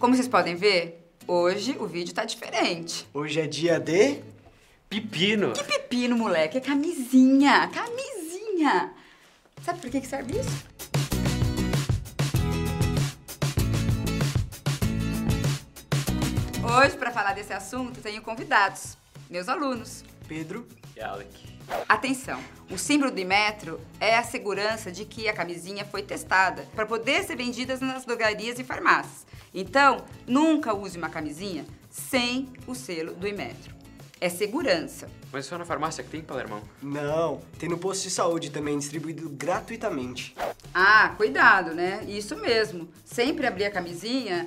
Como vocês podem ver, hoje o vídeo tá diferente. Hoje é dia de... Pepino! Que pepino, moleque? É camisinha! Camisinha! Sabe por que serve isso? Hoje, para falar desse assunto, tenho convidados, meus alunos. Pedro E Alec. Atenção, o símbolo do Inmetro é a segurança de que a camisinha foi testada para poder ser vendida nas drogarias e farmácias. Então, nunca use uma camisinha sem o selo do Inmetro. É segurança. Mas só na farmácia que tem, Palermão? Não, tem no posto de saúde também, distribuído gratuitamente. Ah, cuidado, né? Isso mesmo. Sempre abrir a camisinha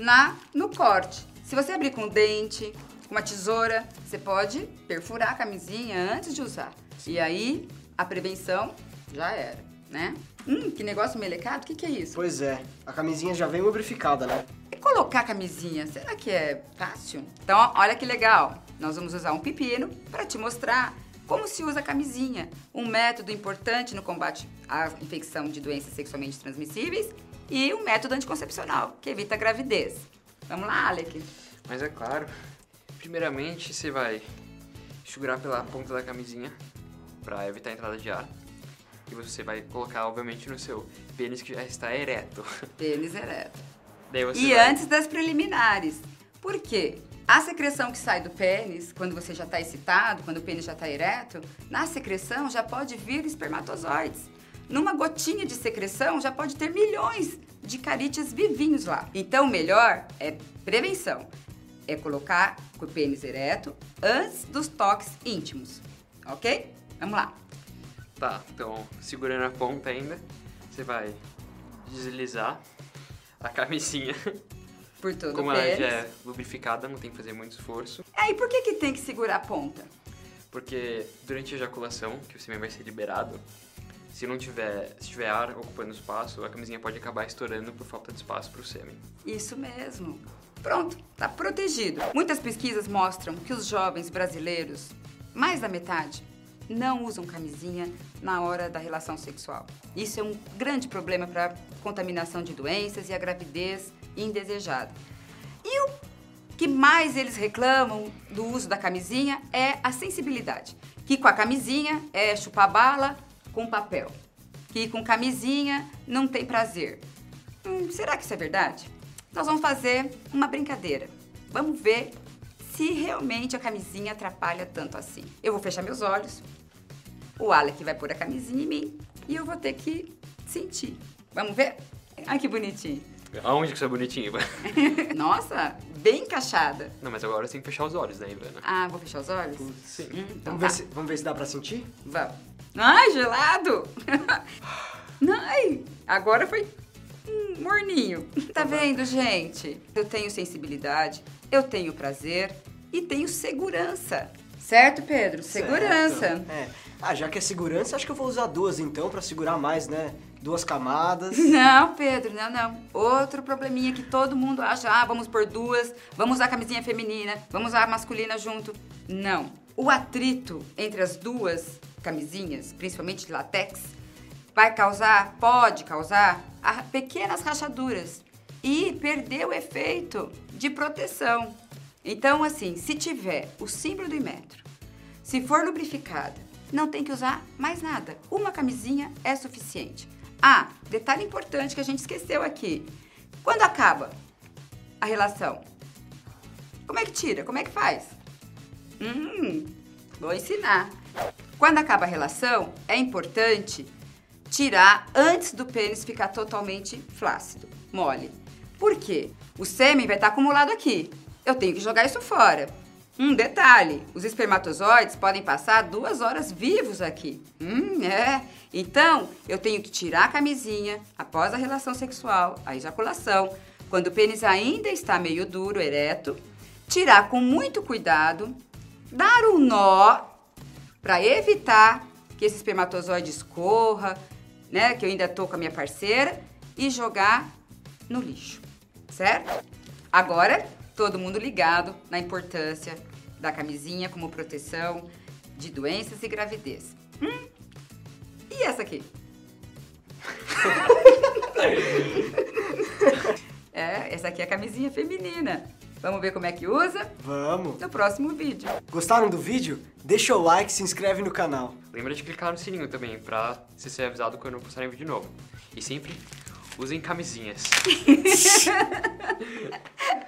no corte. Se você abrir com um dente, com uma tesoura, você pode perfurar a camisinha antes de usar. E aí, a prevenção já era, né? Que negócio melecado, o que é isso? Pois é, a camisinha já vem lubrificada, né? E colocar a camisinha, será que é fácil? Então, olha que legal. Nós vamos usar um pepino para te mostrar como se usa a camisinha. Um método importante no combate à infecção de doenças sexualmente transmissíveis e um método anticoncepcional, que evita a gravidez. Vamos lá, Alec? Mas é claro. Primeiramente, você vai segurar pela ponta da camisinha para evitar a entrada de ar. E você vai colocar, obviamente, no seu pênis que já está ereto. Pênis ereto. Daí você E vai... antes das preliminares. Por quê? A secreção que sai do pênis, quando você já está excitado, quando o pênis já está ereto, na secreção já pode vir espermatozoides. Numa gotinha de secreção já pode ter milhões de caríteos vivinhos lá. Então, o melhor é prevenção. É colocar o pênis ereto antes dos toques íntimos. Ok? Vamos lá. Tá, então, segurando a ponta ainda, você vai deslizar a camisinha. Por todo Como o ela pênis. já é lubrificada, não tem que fazer muito esforço. E por que tem que segurar a ponta? Porque durante a ejaculação, que o sêmen vai ser liberado, se tiver ar ocupando espaço, a camisinha pode acabar estourando por falta de espaço para o sêmen. Isso mesmo. Pronto, tá protegido. Muitas pesquisas mostram que os jovens brasileiros, mais da metade, não usam camisinha na hora da relação sexual. Isso é um grande problema para a contaminação de doenças e a gravidez indesejada. E o que mais eles reclamam do uso da camisinha é a sensibilidade. Que com a camisinha é chupar bala com papel. Que com camisinha não tem prazer. Será que isso é verdade? Nós vamos fazer uma brincadeira. Vamos ver se realmente a camisinha atrapalha tanto assim. Eu vou fechar meus olhos, o Alec vai pôr a camisinha em mim e eu vou ter que sentir. Vamos ver? Ai, que bonitinho. Aonde que isso é bonitinho, Ivana? Nossa, bem encaixada. Não, mas agora você tem que fechar os olhos, né, Ivana? Ah, vou fechar os olhos? Sim. Então Vamos ver se dá pra sentir? Vamos. Ai, gelado! Ai, agora foi morninho. Tá vendo, gente? Eu tenho sensibilidade, eu tenho prazer e tenho segurança. Certo, Pedro? Segurança. Certo. É. Ah, já que é segurança, acho que eu vou usar duas então, pra segurar mais, né? 2 camadas. Não, Pedro, não. Outro probleminha que todo mundo acha, vamos pôr 2, vamos usar camisinha feminina, vamos usar a masculina junto. Não. O atrito entre as duas camisinhas, principalmente de látex, pode causar pequenas rachaduras e perder o efeito de proteção. Então, assim, se tiver o símbolo do Inmetro, se for lubrificada, não tem que usar mais nada. Uma camisinha é suficiente. Ah, detalhe importante que a gente esqueceu aqui. Quando acaba a relação, como é que tira? Como é que faz? Vou ensinar. Quando acaba a relação, é importante tirar antes do pênis ficar totalmente flácido, mole. Por quê? O sêmen vai estar acumulado aqui. Eu tenho que jogar isso fora. Detalhe, os espermatozoides podem passar 2 horas vivos aqui. Então, eu tenho que tirar a camisinha após a relação sexual, a ejaculação, quando o pênis ainda está meio duro, ereto, tirar com muito cuidado, dar um nó para evitar que esse espermatozoide escorra, né, que eu ainda tô com a minha parceira, e jogar no lixo, certo? Agora, todo mundo ligado na importância da camisinha como proteção de doenças e gravidez. E essa aqui? essa aqui é a camisinha feminina. Vamos ver como é que usa? Vamos! No próximo vídeo. Gostaram do vídeo? Deixa o like e se inscreve no canal. Lembra de clicar no sininho também, pra você ser avisado quando eu postar um vídeo novo. E sempre usem camisinhas.